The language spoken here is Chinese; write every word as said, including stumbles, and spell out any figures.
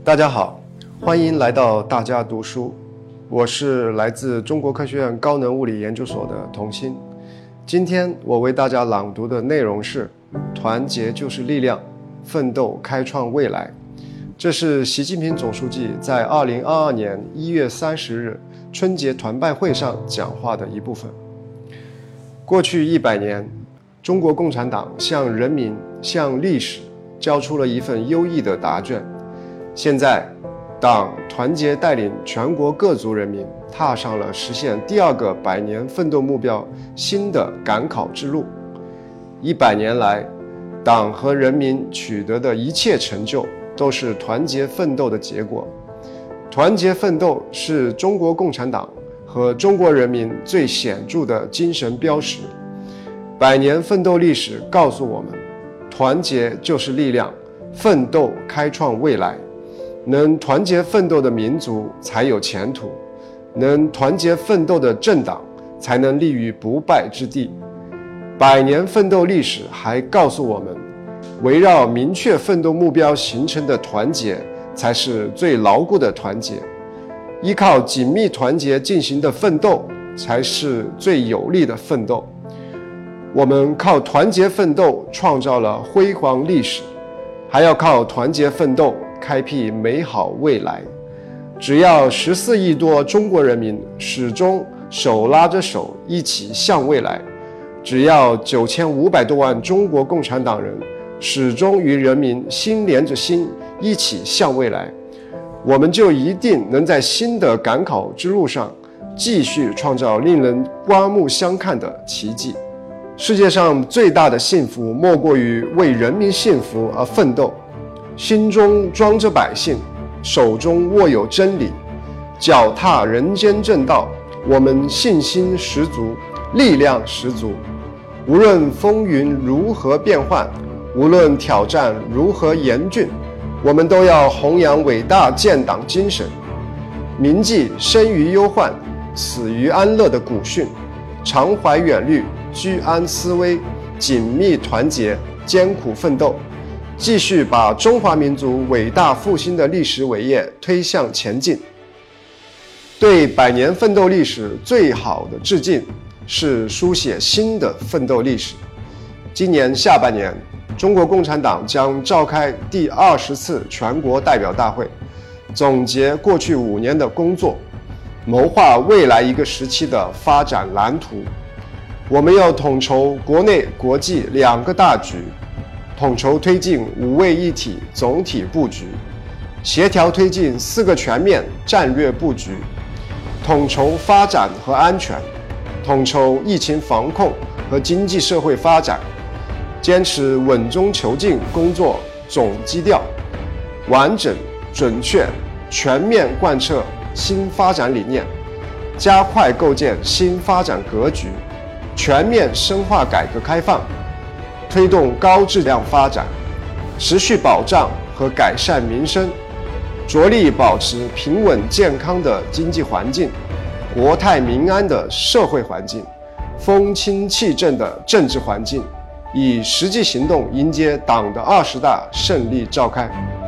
大家好，欢迎来到大家读书，我是来自中国科学院高能物理研究所的童心。今天我为大家朗读的内容是团结就是力量，奋斗开创未来。这是习近平总书记在二零二二年一月三十日春节团拜会上讲话的一部分。过去一百年，中国共产党向人民、向历史交出了一份优异的答卷。现在，党团结带领全国各族人民踏上了实现第二个百年奋斗目标新的赶考之路。一百年来，党和人民取得的一切成就都是团结奋斗的结果。团结奋斗是中国共产党和中国人民最显著的精神标识。百年奋斗历史告诉我们，团结就是力量，奋斗开创未来。能团结奋斗的民族才有前途，能团结奋斗的政党才能立于不败之地。百年奋斗历史还告诉我们，围绕明确奋斗目标形成的团结才是最牢固的团结，依靠紧密团结进行的奋斗才是最有力的奋斗。我们靠团结奋斗创造了辉煌历史，还要靠团结奋斗开辟美好未来。只要十四亿多中国人民始终手拉着手一起向未来，只要九千五百多万中国共产党人始终与人民心连着心一起向未来，我们就一定能在新的赶考之路上继续创造令人刮目相看的奇迹。世界上最大的幸福莫过于为人民幸福而奋斗，心中装着百姓，手中握有真理，脚踏人间正道，我们信心十足，力量十足。无论风云如何变幻，无论挑战如何严峻，我们都要弘扬伟大建党精神，铭记生于忧患，死于安乐的古训，常怀远虑，居安思危，紧密团结，艰苦奋斗，继续把中华民族伟大复兴的历史伟业推向前进。对百年奋斗历史最好的致敬是书写新的奋斗历史。今年下半年，中国共产党将召开第二十次全国代表大会，总结过去五年的工作，谋划未来一个时期的发展蓝图。我们要统筹国内国际两个大局，统筹推进五位一体总体布局，协调推进四个全面战略布局，统筹发展和安全，统筹疫情防控和经济社会发展，坚持稳中求进工作总基调，完整、准确、全面贯彻新发展理念，加快构建新发展格局，全面深化改革开放，推动高质量发展，持续保障和改善民生，着力保持平稳健康的经济环境，国泰民安的社会环境，风清气正的政治环境，以实际行动迎接党的二十大胜利召开。